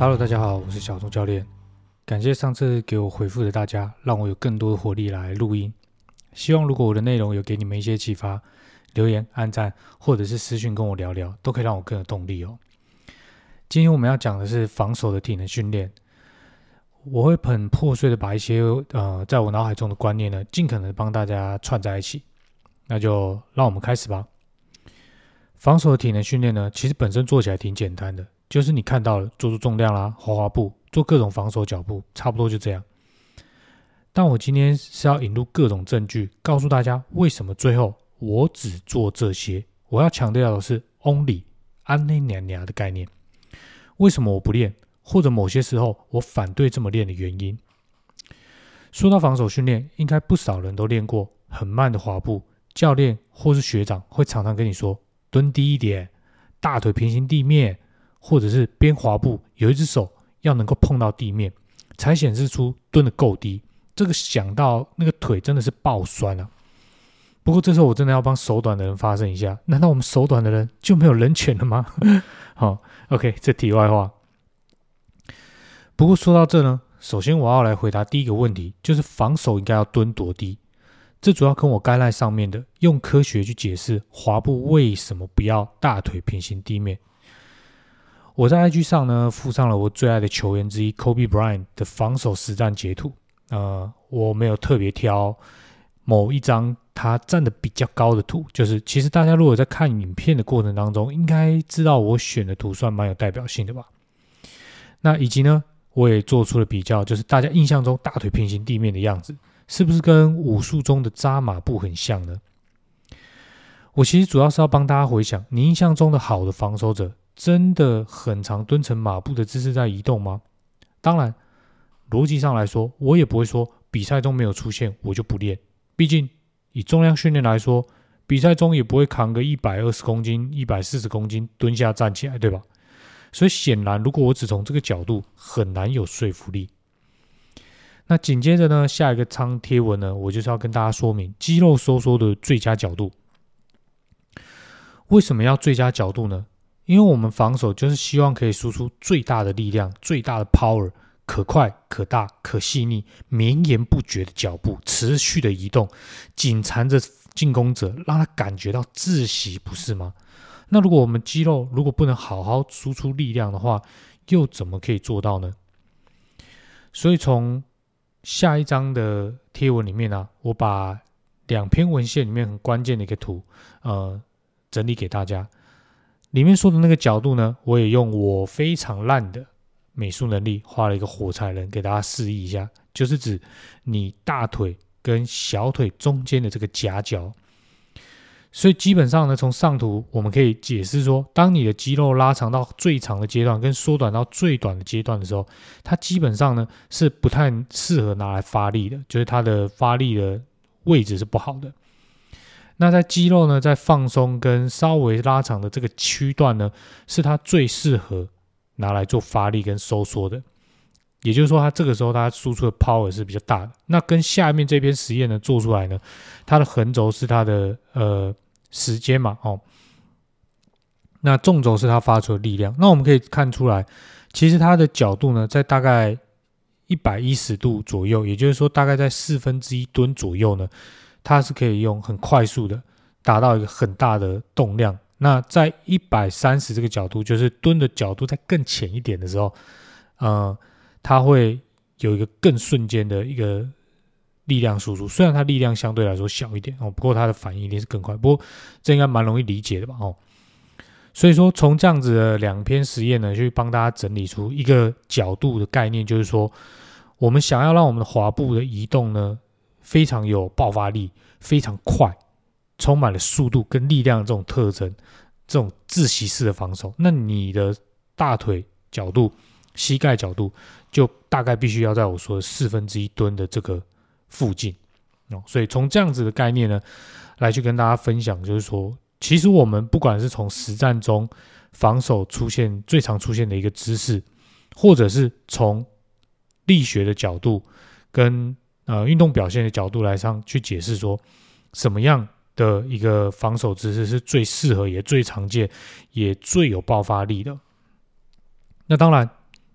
Hello， 大家好，我是小钟教练。感谢上次给我回复的大家，让我有更多的活力来录音。希望如果我的内容有给你们一些启发，留言、按赞或者是私讯跟我聊聊，都可以让我更有动力哦。今天我们要讲的是防守的体能训练。我会很破碎的把一些在我脑海中的观念呢，尽可能帮大家串在一起。那就让我们开始吧。防守的体能训练呢，其实本身做起来挺简单的，就是你看到了做重量啦、滑滑步，做各种防守脚步，差不多就这样。但我今天是要引入各种证据，告诉大家为什么最后我只做这些。我要强调的是 only 安内娘娘的概念。为什么我不练，或者某些时候我反对这么练的原因。说到防守训练，应该不少人都练过很慢的滑步，教练或是学长会常常跟你说蹲低一点，大腿平行地面，或者是边滑步有一只手要能够碰到地面，才显示出蹲得够低。这个想到那个腿真的是爆酸啊！不过这时候我真的要帮手短的人发声一下，难道我们手短的人就没有人权了吗？好 ，OK， 这题外话。不过说到这呢，首先我要来回答第一个问题，就是防守应该要蹲多低。这主要跟我概赖上面的用科学去解释滑步为什么不要大腿平行地面。我在 IG 上呢附上了我最爱的球员之一 Kobe Bryant 的防守实战截图。我没有特别挑某一张他站得比较高的图，就是其实大家如果在看影片的过程当中，应该知道我选的图算蛮有代表性的吧。那以及呢，我也做出了比较，就是大家印象中大腿平行地面的样子，是不是跟武术中的扎马步很像呢？我其实主要是要帮大家回想，你印象中的好的防守者，真的很常蹲成马步的姿势在移动吗？当然，逻辑上来说，我也不会说比赛中没有出现我就不练，毕竟以重量训练来说，比赛中也不会扛个120公斤、140公斤蹲下站起来，对吧？所以显然，如果我只从这个角度，很难有说服力。那紧接着呢，下一个张贴文呢，我就是要跟大家说明肌肉收缩的最佳角度。为什么要最佳角度呢？因为我们防守就是希望可以输出最大的力量、最大的 power， 可快、可大、可细腻、绵延不绝的脚步，持续的移动，紧缠着进攻者，让他感觉到窒息，不是吗？那如果我们肌肉如果不能好好输出力量的话，又怎么可以做到呢？所以从下一章的贴文里面我把2篇文献里面很关键的一个图整理给大家。里面说的那个角度呢，我也用我非常烂的美术能力画了一个火柴人给大家示意一下，就是指你大腿跟小腿中间的这个夹角。所以基本上呢，从上图我们可以解释说，当你的肌肉拉长到最长的阶段跟缩短到最短的阶段的时候，它基本上呢是不太适合拿来发力的，就是它的发力的位置是不好的。那在肌肉呢在放松跟稍微拉长的这个区段呢，是它最适合拿来做发力跟收缩的。也就是说，它这个时候它输出的 power 是比较大的。那跟下面这篇实验呢做出来呢，它的横轴是它的时间嘛，那纵轴是它发出的力量。那我们可以看出来，其实它的角度呢在大概110度左右，也就是说大概在1/4吨左右呢，它是可以用很快速的达到一个很大的动量。那在130这个角度，就是蹲的角度再更浅一点的时候，它会有一个更瞬间的一个力量输出，虽然它力量相对来说小一点不过它的反应一定是更快。不过这应该蛮容易理解的吧所以说从这样子的2篇实验呢，去帮大家整理出一个角度的概念，就是说我们想要让我们的滑步的移动呢非常有爆发力、非常快、充满了速度跟力量的这种特征，这种窒息式的防守，那你的大腿角度、膝盖角度就大概必须要在我说的1/4吨的这个附近所以从这样子的概念呢，来去跟大家分享，就是说，其实我们不管是从实战中防守最常出现的一个姿势，或者是从力学的角度跟运动表现的角度来上去解释说，什么样的一个防守姿势是最适合、也最常见、也最有爆发力的。那当然，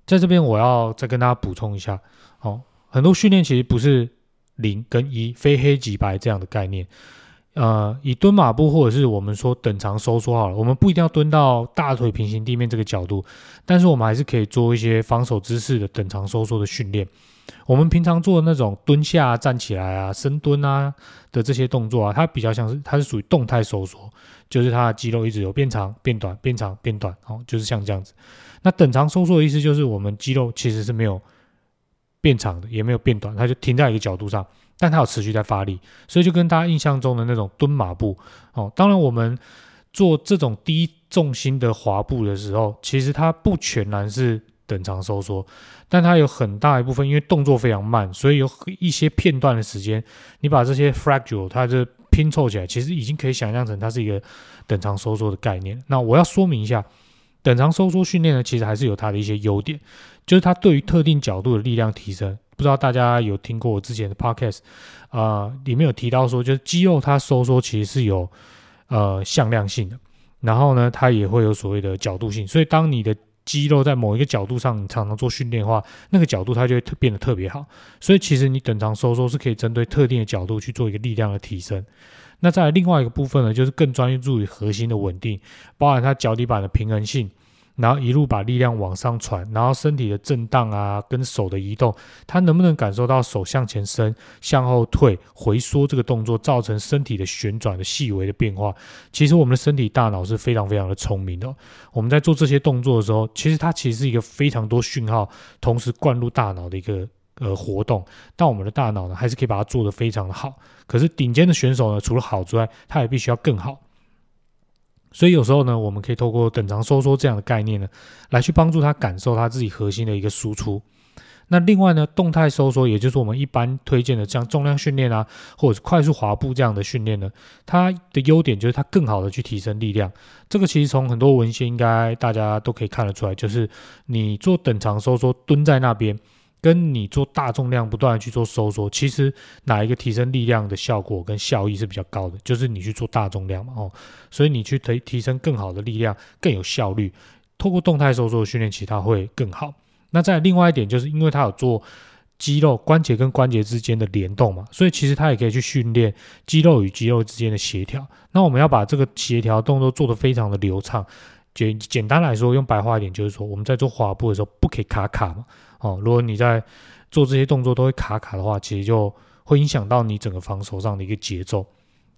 在这边我要再跟大家补充一下，很多训练其实不是0跟1，非黑即白这样的概念。以蹲马步或者是我们说等长收缩好了，我们不一定要蹲到大腿平行地面这个角度，但是我们还是可以做一些防守姿势的等长收缩的训练。我们平常做的那种蹲下、站起来啊、深蹲啊的这些动作啊，它比较像是它是属于动态收缩，就是它的肌肉一直有变长、变短、变长、变短，就是像这样子。那等长收缩的意思就是我们肌肉其实是没有变长的，也没有变短，它就停在一个角度上，但它有持续在发力，所以就跟大家印象中的那种蹲马步当然我们做这种低重心的滑步的时候，其实它不全然是等长收缩，但它有很大一部分因为动作非常慢，所以有一些片段的时间，你把这些 fracture 它就拼凑起来，其实已经可以想象成它是一个等长收缩的概念。那我要说明一下，等长收缩训练呢，其实还是有它的一些优点，就是它对于特定角度的力量提升。不知道大家有听过我之前的 podcast 里面有提到说，就是肌肉它收缩其实是有向量性的，然后呢它也会有所谓的角度性，所以当你的肌肉在某一个角度上你常常做训练的话，那个角度它就会变得特别好，所以其实你等长收缩是可以针对特定的角度去做一个力量的提升。那再来另外一个部分呢，就是更专注于核心的稳定，包含它脚底板的平衡性，然后一路把力量往上传，然后身体的震荡啊跟手的移动，它能不能感受到手向前伸、向后退、回缩这个动作造成身体的旋转的细微的变化。其实我们的身体大脑是非常非常的聪明的，我们在做这些动作的时候，其实它其实是一个非常多讯号同时灌入大脑的一个活动，但我们的大脑呢还是可以把它做得非常的好。可是顶尖的选手呢，除了好之外，他也必须要更好。所以有时候呢，我们可以透过等长收缩这样的概念呢，来去帮助他感受他自己核心的一个输出。那另外呢，动态收缩，也就是我们一般推荐的像重量训练啊，或者是快速滑步这样的训练呢，它的优点就是它更好的去提升力量。这个其实从很多文献应该大家都可以看得出来，就是你做等长收缩蹲在那边，跟你做大重量不断的去做收缩，其实哪一个提升力量的效果跟效益是比较高的？就是你去做大重量嘛，所以你去提升更好的力量，更有效率。透过动态收缩的训练，其实它会更好。那再来另外一点，就是因为它有做肌肉关节跟关节之间的联动嘛，所以其实它也可以去训练肌肉与肌肉之间的协调。那我们要把这个协调动作做得非常的流畅。简单来说，用白话一点就是说，我们在做滑步的时候不可以卡卡嘛。如果你在做这些动作都会卡卡的话，其实就会影响到你整个防守上的一个节奏。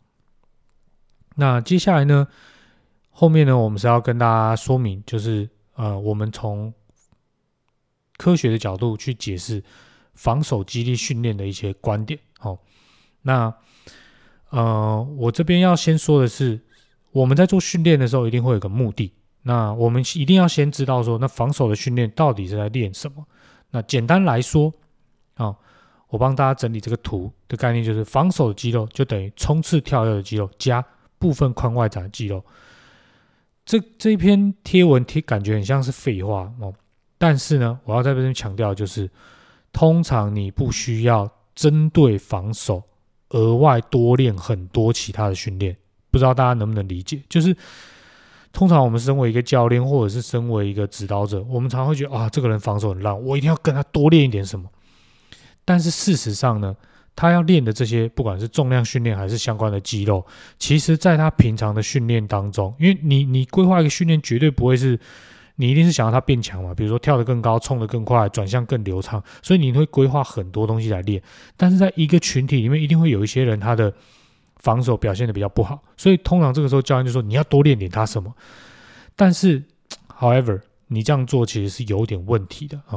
那接下来呢，后面呢，我们是要跟大家说明，就是我们从科学的角度去解释防守肌力训练的一些观点。那我这边要先说的是，我们在做训练的时候一定会有个目的。那我们一定要先知道说，那防守的训练到底是在练什么？那简单来说，我帮大家整理这个图的概念，就是防守的肌肉就等于冲刺跳跃的肌肉加部分髋外展的肌肉。这一篇贴文感觉很像是废话但是呢，我要在这边强调，就是通常你不需要针对防守额外多练很多其他的训练。不知道大家能不能理解？就是通常我们身为一个教练或者是身为一个指导者，我们常会觉得这个人防守很烂，我一定要跟他多练一点什么。但是事实上呢，他要练的这些不管是重量训练还是相关的肌肉，其实在他平常的训练当中，因为你规划一个训练绝对不会是你一定是想要他变强嘛，比如说跳得更高、冲得更快、转向更流畅，所以你会规划很多东西来练。但是在一个群体里面，一定会有一些人他的防守表现得比较不好，所以通常这个时候教练就说你要多练点他什么。但是 however 你这样做其实是有点问题的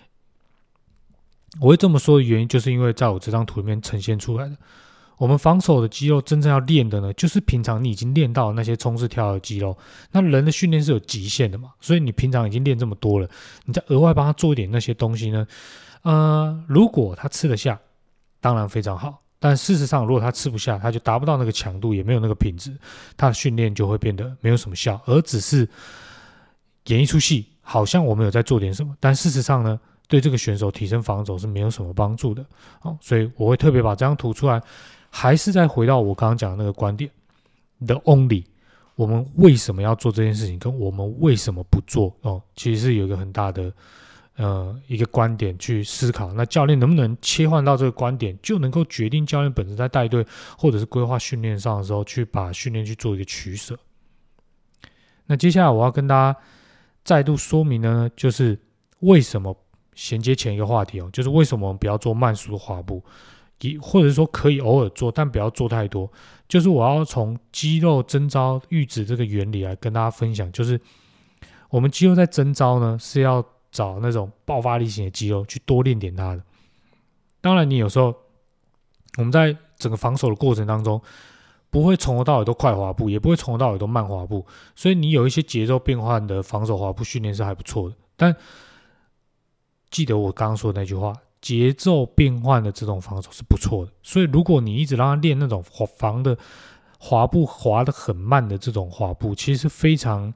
我会这么说的原因，就是因为在我这张图里面呈现出来的，我们防守的肌肉真正要练的呢，就是平常你已经练到的那些冲刺跳的肌肉。那人的训练是有极限的嘛，所以你平常已经练这么多了，你再额外帮他做一点那些东西呢，如果他吃得下，当然非常好。但事实上，如果他吃不下，他就达不到那个强度，也没有那个品质，他的训练就会变得没有什么效，而只是演一出戏，好像我们有在做点什么，但事实上呢，对这个选手提升防守是没有什么帮助的。所以我会特别把这张图出来，还是再回到我刚刚讲的那个观点 ，the only， 我们为什么要做这件事情，跟我们为什么不做其实是有一个很大的一个观点去思考，那教练能不能切换到这个观点，就能够决定教练本身在带队或者是规划训练上的时候，去把训练去做一个取舍。那接下来我要跟大家再度说明呢，就是为什么衔接前一个话题就是为什么我们不要做慢速的滑步，或者说可以偶尔做，但不要做太多。就是我要从肌肉征召阈值这个原理来跟大家分享，就是我们肌肉在征召呢是要找那种爆发力型的肌肉去多练点它的。当然你有时候我们在整个防守的过程当中不会从头到尾都快滑步，也不会从头到尾都慢滑步，所以你有一些节奏变换的防守滑步训练是还不错的。但记得我刚刚说的那句话，节奏变换的这种防守是不错的，所以如果你一直让他练那种防的滑步滑得很慢的这种滑步，其实是非常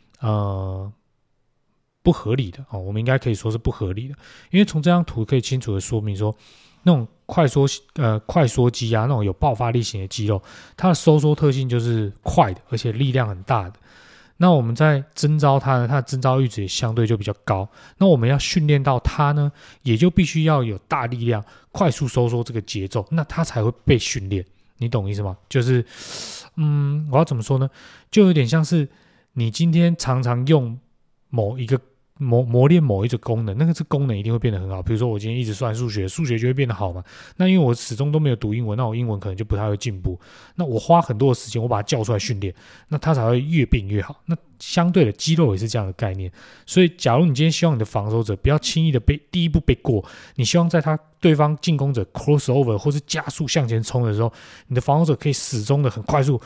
不合理的我们应该可以说是不合理的。因为从这张图可以清楚的说明说，那种快缩肌那种有爆发力型的肌肉，它的收缩特性就是快的，而且力量很大的。那我们在征召它呢，它的征召阈值也相对就比较高。那我们要训练到它呢，也就必须要有大力量、快速收缩这个节奏，那它才会被训练。你懂意思吗？就是我要怎么说呢？就有点像是你今天常常用某一个磨练某一种功能，那个功能一定会变得很好。比如说我今天一直算数学就会变得好嘛。那因为我始终都没有读英文，那我英文可能就不太会进步。那我花很多的时间，我把它叫出来训练，那它才会越变越好。那相对的肌肉也是这样的概念。所以假如你今天希望你的防守者不要轻易的第一步被过，你希望在对方进攻者 crossover 或是加速向前冲的时候，你的防守者可以始终的很快速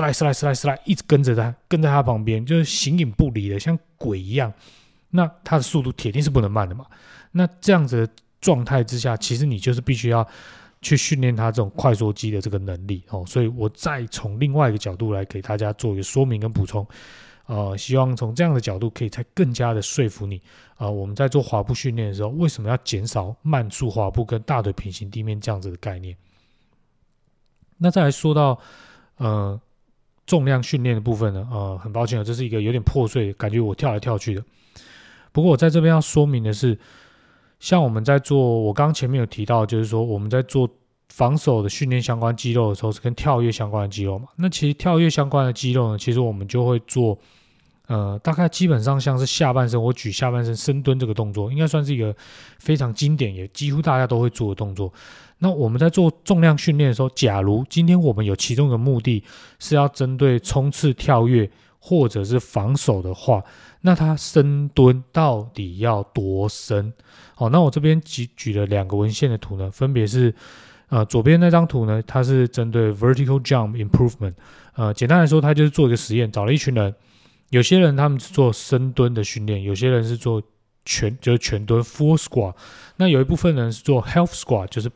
slide一直跟在他旁边，就是形影不离的像鬼一样。那它的速度铁定是不能慢的嘛。那这样子的状态之下，其实你就是必须要去训练它这种快缩肌的这个能力所以我再从另外一个角度来给大家做一个说明跟补充。希望从这样的角度可以才更加的说服你我们在做滑步训练的时候，为什么要减少慢速滑步跟大腿平行地面这样子的概念。那再来说到重量训练的部分呢，很抱歉这是一个有点破碎，感觉我跳来跳去的。不过我在这边要说明的是，像我们在做，我刚刚前面有提到，就是说我们在做防守的训练相关肌肉的时候，是跟跳跃相关的肌肉嘛。那其实跳跃相关的肌肉呢，其实我们就会做，大概基本上像是下半身，我举下半身深蹲这个动作，应该算是一个非常经典，也几乎大家都会做的动作。那我们在做重量训练的时候，假如今天我们有其中一个目的是要针对冲刺、跳跃或者是防守的话，那它深蹲到底要多深？那我这边举了2个文献的图呢，分别是左边那张图呢，它是针对 vertical jump improvement，简单来说，它就是做一个实验，找了一群人，有些人他们是做深蹲的训练，有些人是做全蹲 full squat， 那有一部分人是做 half squat， 就是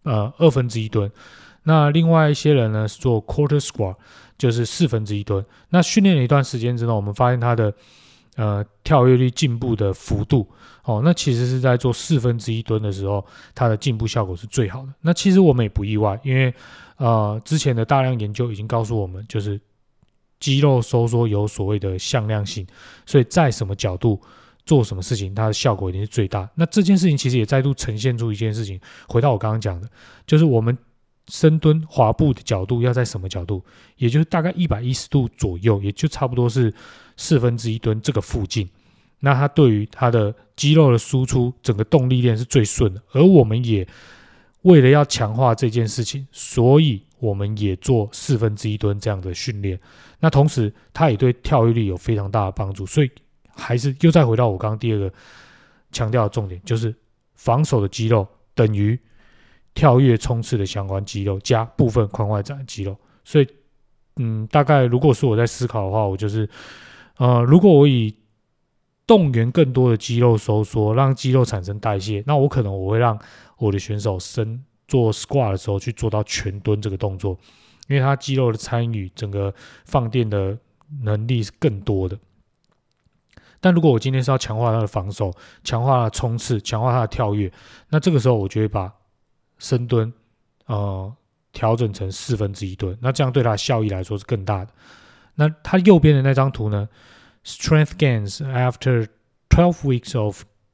1/2蹲，那另外一些人呢是做 quarter squat， 就是1/4蹲。那训练了一段时间之后，我们发现他的跳跃力进步的幅度那其实是在做1/4蹲的时候，它的进步效果是最好的。那其实我们也不意外，因为之前的大量研究已经告诉我们，就是肌肉收缩有所谓的向量性，所以在什么角度做什么事情，它的效果一定是最大。那这件事情其实也再度呈现出一件事情，回到我刚刚讲的，就是我们深蹲滑步的角度要在什么角度，也就是大概110度左右，也就差不多是1/4蹲这个附近。那它对于它的肌肉的输出，整个动力链是最顺的。而我们也为了要强化这件事情，所以我们也做1/4蹲这样的训练。那同时，它也对跳跃力有非常大的帮助。所以，还是又再回到我刚刚第2个强调的重点，就是防守的肌肉等于跳跃冲刺的相关肌肉加部分髋外展的肌肉。所以，大概如果是我在思考的话，我就是如果我以动员更多的肌肉收缩，让肌肉产生代谢，那我会让我的选手做 squat 的时候去做到全蹲这个动作，因为他肌肉的参与，整个放电的能力是更多的。但如果我今天是要强化他的防守，强化他的冲刺，强化他的跳跃，那这个时候我就会把深蹲调整成1/4蹲，那这样对他的效益来说是更大的。那他右边的那张图呢，Strength gains after 12 weeks of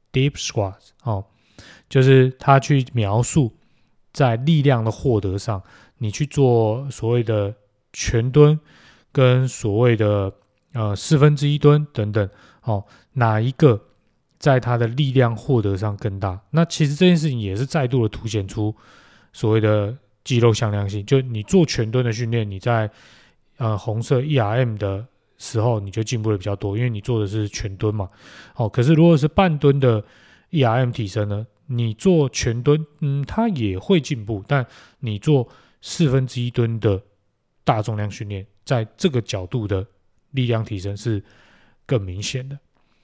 deep squats 就是他去描述在力量的获得上，你去做所谓的全蹲跟所谓的1/4蹲等等，哪一个在他的力量获得上更大？那其实这件事情也是再度的凸显出所谓的肌肉向量性，就你做全蹲的训练，你在红色 ERM 的时候你就进步的比较多，因为你做的是全蹲嘛。可是如果是半蹲的 ERM 提升呢，你做全蹲，它也会进步，但你做1/4蹲的大重量训练，在这个角度的力量提升是更明显的。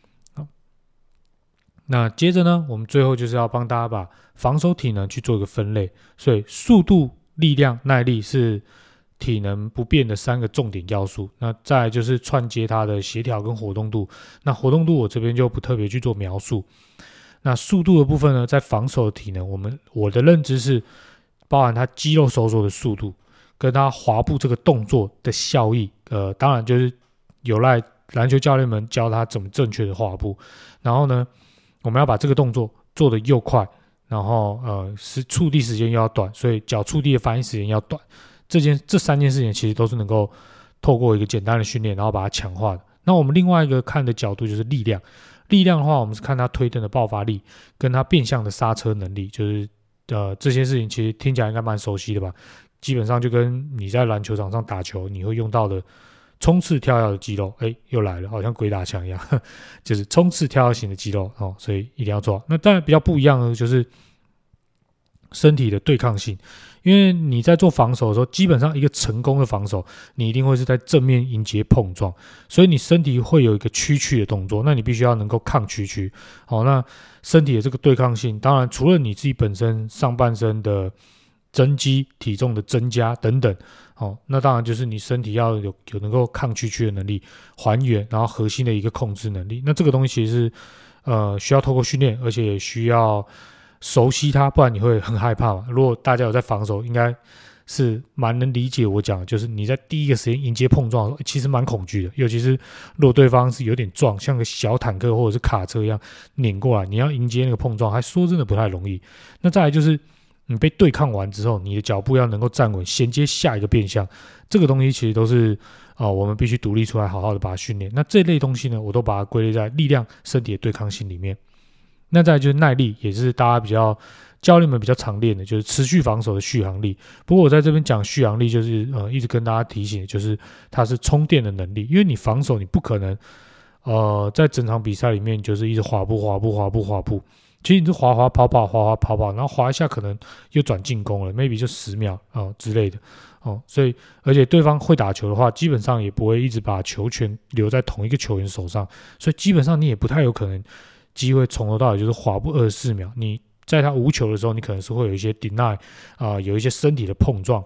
那接着呢，我们最后就是要帮大家把防守体能去做一个分类，所以速度、力量、耐力是体能不变的3个重点要素。那再来就是串接它的协调跟活动度。那活动度我这边就不特别去做描述。那速度的部分呢，在防守的体能，我的认知是包含它肌肉收缩的速度，跟它滑步这个动作的效益。当然就是有赖篮球教练们教他怎么正确的滑步。然后呢，我们要把这个动作做得又快，然后触地时间又要短，所以脚触地的反应时间要短。这3件事情其实都是能够透过一个简单的训练，然后把它强化的。那我们另外一个看的角度就是力量。力量的话，我们是看它推蹬的爆发力，跟它变相的刹车能力。就是这些事情其实听起来应该蛮熟悉的吧？基本上就跟你在篮球场上打球你会用到的冲刺跳跃的肌肉，又来了，好像鬼打墙一样，就是冲刺跳跃型的肌肉所以一定要做好。那当然比较不一样的就是身体的对抗性，因为你在做防守的时候，基本上一个成功的防守，你一定会是在正面迎接碰撞，所以你身体会有一个屈曲的动作，那你必须要能够抗屈曲。那身体的这个对抗性，当然除了你自己本身上半身的增肌、体重的增加等等，那当然就是你身体要有能够抗屈曲的能力，还原，然后核心的一个控制能力。那这个东西其实是需要透过训练，而且也需要熟悉它，不然你会很害怕嘛。如果大家有在防守，应该是蛮能理解我讲的，就是你在第一个时间迎接碰撞的时候，其实蛮恐惧的，尤其是如果对方是有点壮，像个小坦克或者是卡车一样碾过来，你要迎接那个碰撞，还说真的不太容易。那再来就是你被对抗完之后，你的脚步要能够站稳，衔接下一个变向，这个东西其实都是我们必须独立出来，好好的把它训练。那这类东西呢，我都把它归类在力量、身体的对抗性里面。那再来就是耐力，也是大家教练们比较常练的，就是持续防守的续航力。不过我在这边讲续航力，就是一直跟大家提醒，就是它是充电的能力，因为你防守你不可能在整场比赛里面就是一直滑步，其实你是滑跑，然后滑一下可能又转进攻了 ，maybe 就10秒之类的所以而且对方会打球的话，基本上也不会一直把球权留在同一个球员手上，所以基本上你也不太有可能机会从头到尾就是滑步24秒。你在他无球的时候，你可能是会有一些 deny 有一些身体的碰撞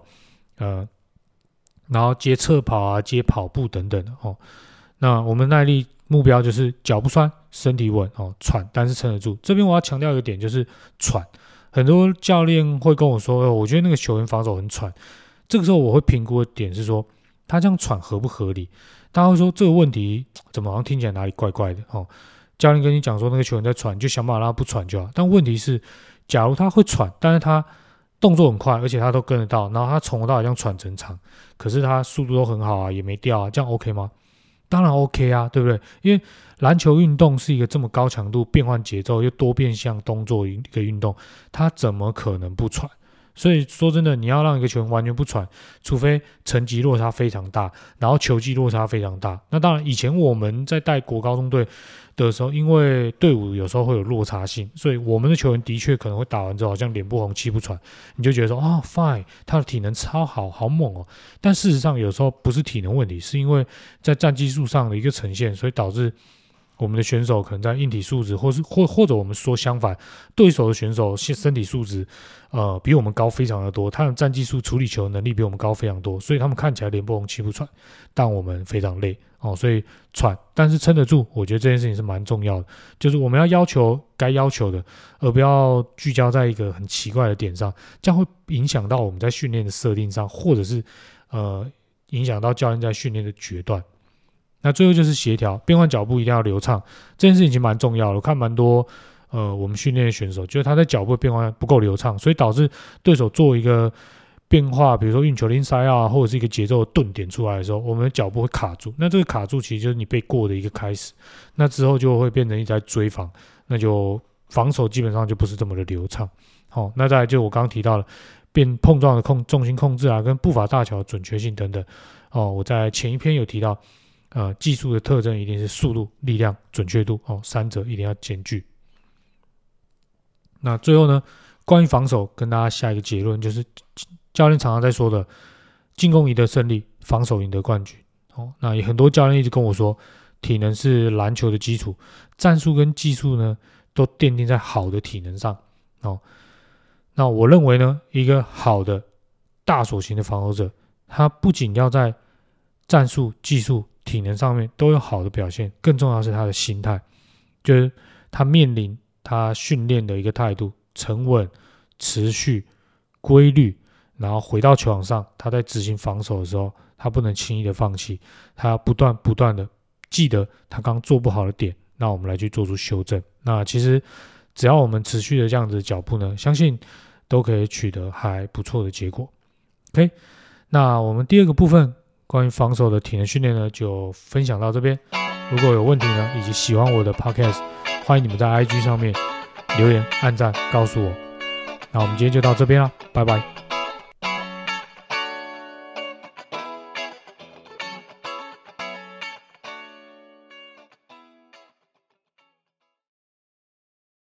然后接侧跑接跑步等等的那我们耐力目标就是脚不酸，身体稳喘，但是撑得住。这边我要强调一个点，就是喘。很多教练会跟我说，我觉得那个球员防守很喘。这个时候我会评估的点是说，他这样喘合不合理？大家会说这个问题怎么好像听起来哪里怪怪的教练跟你讲说那个球员在喘，你就想办法让他不喘就好。但问题是，假如他会喘，但是他动作很快，而且他都跟得到，然后他从头到尾这样喘整场，可是他速度都很好也没掉这样 OK 吗？当然 OK 对不对？因为篮球运动是一个这么高强度、变换节奏又多变相动作一个运动，他怎么可能不喘？所以说真的，你要让一个球员完全不喘，除非成绩落差非常大，然后球技落差非常大。那当然，以前我们在带国高中队的时候，因为队伍有时候会有落差性，所以我们的球员的确可能会打完之后好像脸不红气不喘，你就觉得说fine， 他的体能超好，好猛但事实上有时候不是体能问题，是因为在战技术上的一个呈现，所以导致我们的选手可能在硬体素质，或者我们说相反，对手的选手身体素质比我们高非常的多，他的战技术处理球能力比我们高非常多，所以他们看起来脸不红气不喘，但我们非常累所以喘但是撑得住，我觉得这件事情是蛮重要的，就是我们要求该要求的，而不要聚焦在一个很奇怪的点上，这样会影响到我们在训练的设定上，或者是影响到教练在训练的决断。那最后就是协调，变换脚步一定要流畅，这件事情其实蛮重要的。我看蛮多我们训练的选手，就是他在脚步的变化不够流畅，所以导致对手做一个变化，比如说运球 inside out 或者是一个节奏的顿点出来的时候，我们的脚步会卡住。那这个卡住其实就是你被过的一个开始，那之后就会变成一直在追防，那就防守基本上就不是这么的流畅。好，那再来就我刚刚提到了碰撞的重心控制啊，跟步伐大小的准确性等等。我在前一篇有提到，技术的特征一定是速度、力量、准确度，三者一定要兼具。那最后呢，关于防守，跟大家下一个结论就是，教练常常在说的，进攻赢得胜利，防守赢得冠军。那也很多教练一直跟我说，体能是篮球的基础，战术跟技术呢，都奠定在好的体能上。那我认为呢，一个好的大所型的防守者，他不仅要在战术、技术、体能上面都有好的表现，更重要的是他的心态，就是他面临他训练的一个态度，沉稳、持续、规律，然后回到球场上，他在执行防守的时候，他不能轻易的放弃，他要不断的记得他刚做不好的点，那我们来去做出修正。那其实只要我们持续的这样子的脚步呢，相信都可以取得还不错的结果。OK， 那我们第二个部分关于防守的体能训练呢，就分享到这边。如果有问题呢，以及喜欢我的 Podcast， 欢迎你们在 IG 上面留言、按赞告诉我。那我们今天就到这边了，拜拜。